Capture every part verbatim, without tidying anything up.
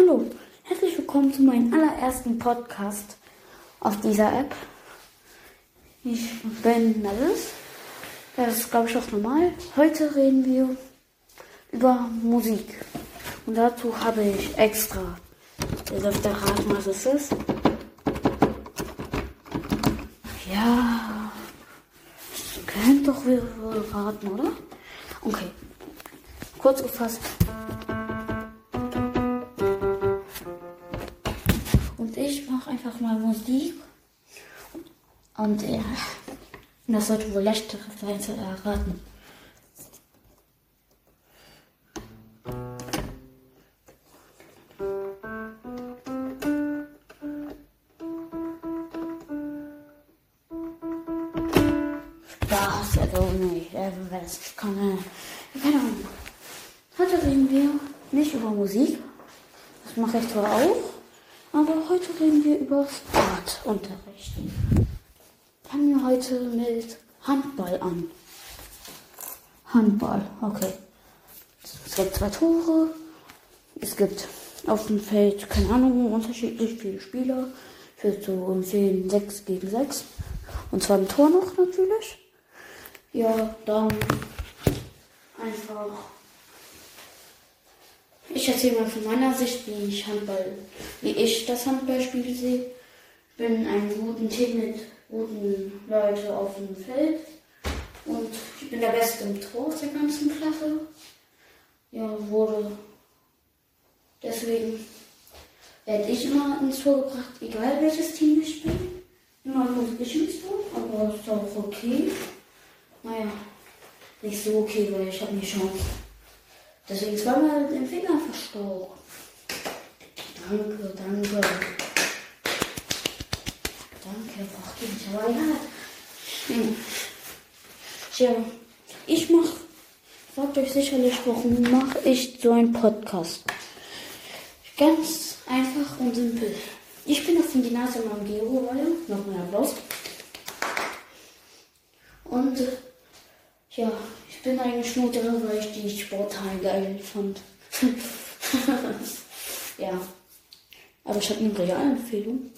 Hallo, herzlich willkommen zu meinem allerersten Podcast auf dieser App. Ich bin Mellis. Das ist, glaube ich, auch normal. Heute reden wir über Musik. Und dazu habe ich extra, ihr dürft erraten, was es ist. Ja, das könnt doch wohl raten, oder? Okay, kurz gefasst. Und ich mache einfach mal Musik. Und ja, das sollte wohl leichter sein zu erraten. Spaß, also nicht, das kann, keine Ahnung. Heute reden wir nicht über Musik, das mache ich zwar auch, aber heute reden wir über Sportunterricht. Fangen wir heute mit Handball an. Handball, okay. Es gibt zwei Tore, es gibt auf dem Feld, keine Ahnung, unterschiedlich viele Spieler. Ich würde so empfehlen sechs gegen sechs. Und zwar im Tor noch natürlich. Ja, dann einfach. Ich erzähle mal von meiner Sicht, wie ich Handball, wie ich das Handballspiel sehe. Ich bin in einem guten Team mit guten Leuten auf dem Feld. Und ich bin der Beste im Tor aus der ganzen Klasse. Ja, wurde. Deswegen werde ich immer ins Tor gebracht, egal welches Team ich spiele. Immer muss ich ins Tor, aber ist auch okay. Naja, nicht so okay, weil ich habe nie Chance. Deswegen zweimal den Finger verstaucht. Danke, danke. Danke, braucht ihr nicht, aber ja. Hm. Tja, ich mach, fragt euch sicherlich, warum mache ich so einen Podcast? Ganz einfach und simpel. Ich bin auf dem Gymnasium am Gero-Weiher, nochmal Applaus. Und äh, ja, ich bin eigentlich nur da, weil ich die Sportteile geil fand. Ja, aber ich habe eine Realempfehlung.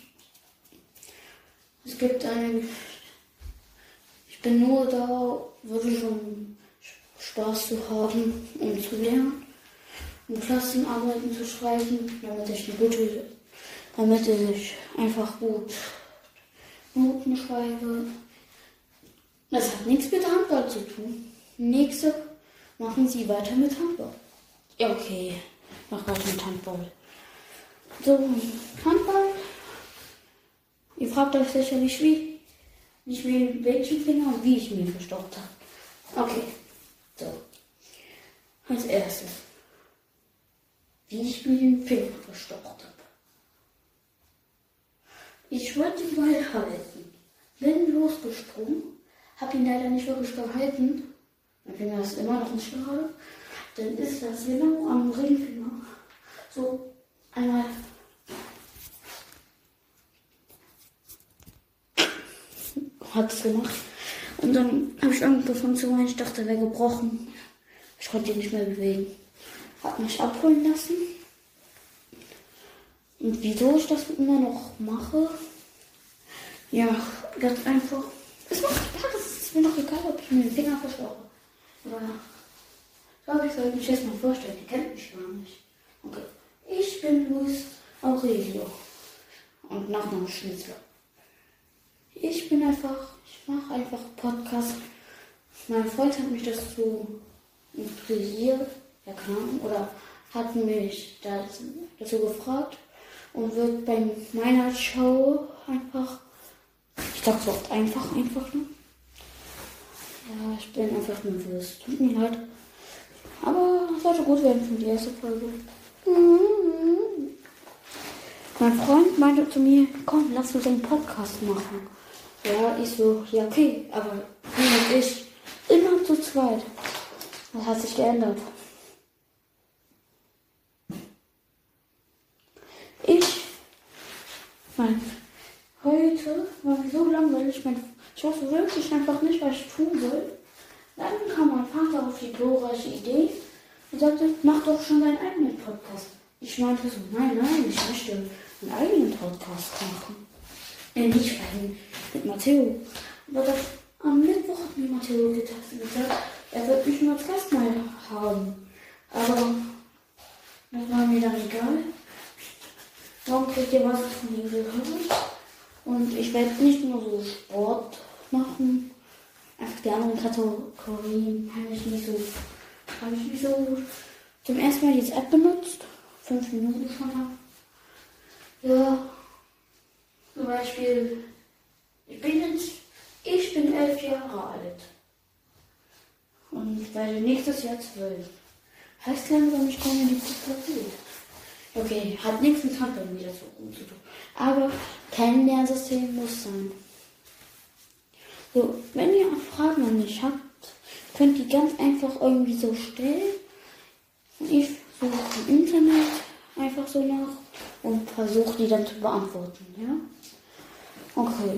Es gibt eine, ich bin nur da, wirklich um Spaß zu haben, um zu lernen, um Klassenarbeiten zu schreiben, damit ich eine gute, damit ich einfach gut Noten schreibe. Das hat nichts mit Handball zu tun. Nächste, machen Sie weiter mit Handball. Ja, okay, mach weiter mit Handball. So, Handball. Ihr fragt euch sicherlich, wie, nicht wie welchen Finger und wie ich mir verstaucht habe. Okay, so. Als erstes, wie ich mir den Finger verstaucht habe. Ich wollte den Ball halten, bin losgesprungen, habe ihn leider nicht wirklich gehalten. Mein Finger ist immer noch nicht gerade. Dann ist das genau am Ringfinger so einmal hat es gemacht. Und dann habe ich angefangen zu weinen. Ich dachte, er wäre gebrochen. Ich konnte ihn nicht mehr bewegen. Hat mich abholen lassen. Und wieso ich das immer noch mache? Ja, ganz einfach. Es macht Spaß. Es ist mir noch egal, ob ich mir den Finger verstauche. Aber ich glaube, ich sollte mich jetzt mal vorstellen. Ihr kennt mich gar nicht. Okay. Ich bin Luis Aurelio. Und Nachname Schnitzler. Ich bin einfach, ich mache einfach Podcast. Mein Freund hat mich dazu interessiert, ja keine Ahnung, oder hat mich das, dazu gefragt und wird bei meiner Show einfach, ich sag so oft einfach, einfach nur. Ja, ich bin einfach nervös. Tut mir leid. Aber es sollte gut werden für die erste Folge. Mhm. Mein Freund meinte zu mir, komm, lass uns einen Podcast machen. Ja, ich so, ja okay, aber wie und ich, immer zu zweit. Das hat sich geändert. Ich, mein, heute war mir so langweilig, mein, ich wusste wirklich einfach nicht, was ich tun soll. Dann kam mein Vater auf die glorreiche Idee und sagte, mach doch schon deinen eigenen Podcast. Ich meinte so, nein, nein, ich möchte einen eigenen Podcast machen. Äh, nicht einen mit Matteo. Aber das, am Mittwoch hat mir Matteo getestet gesagt, er wird mich nur als Gast mal haben. Aber das war mir dann egal. Morgen kriegt ihr was von ihm gehört. Und ich werde nicht nur so Sport machen. Einfach die anderen Kategorien habe ich nicht so, habe ich nicht so gut. Zum ersten Mal jetzt App benutzt. Fünf Minuten schon mal. Ja. Zum Beispiel, ich bin jetzt, ich bin elf Jahre alt. Und werde nächstes Jahr zwölf. Heißt langsam, ich komme in die Pubertät. Okay, hat nichts mit Handball wieder so gut zu tun. Aber kein Lernsystem muss sein. So, wenn ihr Fragen an mich habt, könnt ihr ganz einfach irgendwie so stellen. Und ich suche im Internet einfach so nach und versuche die dann zu beantworten, ja? Okay.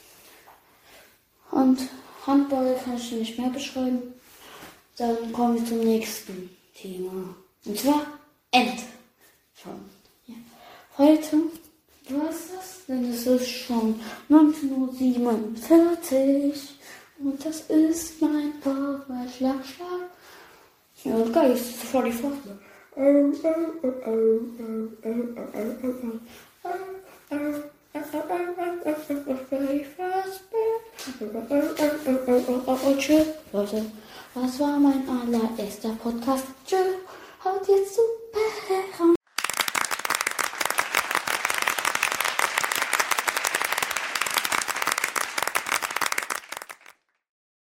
Und Handball kann ich nicht mehr beschreiben. Dann kommen wir zum nächsten Thema. Und zwar End. Schon. Ja. Heute, was ist das? Denn es ist schon neunzehn Uhr siebenundvierzig und das ist mein Vorschlag. Ja, und geil, ist sofort die Vorschlag. Tschüss, Leute. Das war mein allererster Podcast. Tschüss. Haut jetzt super rein.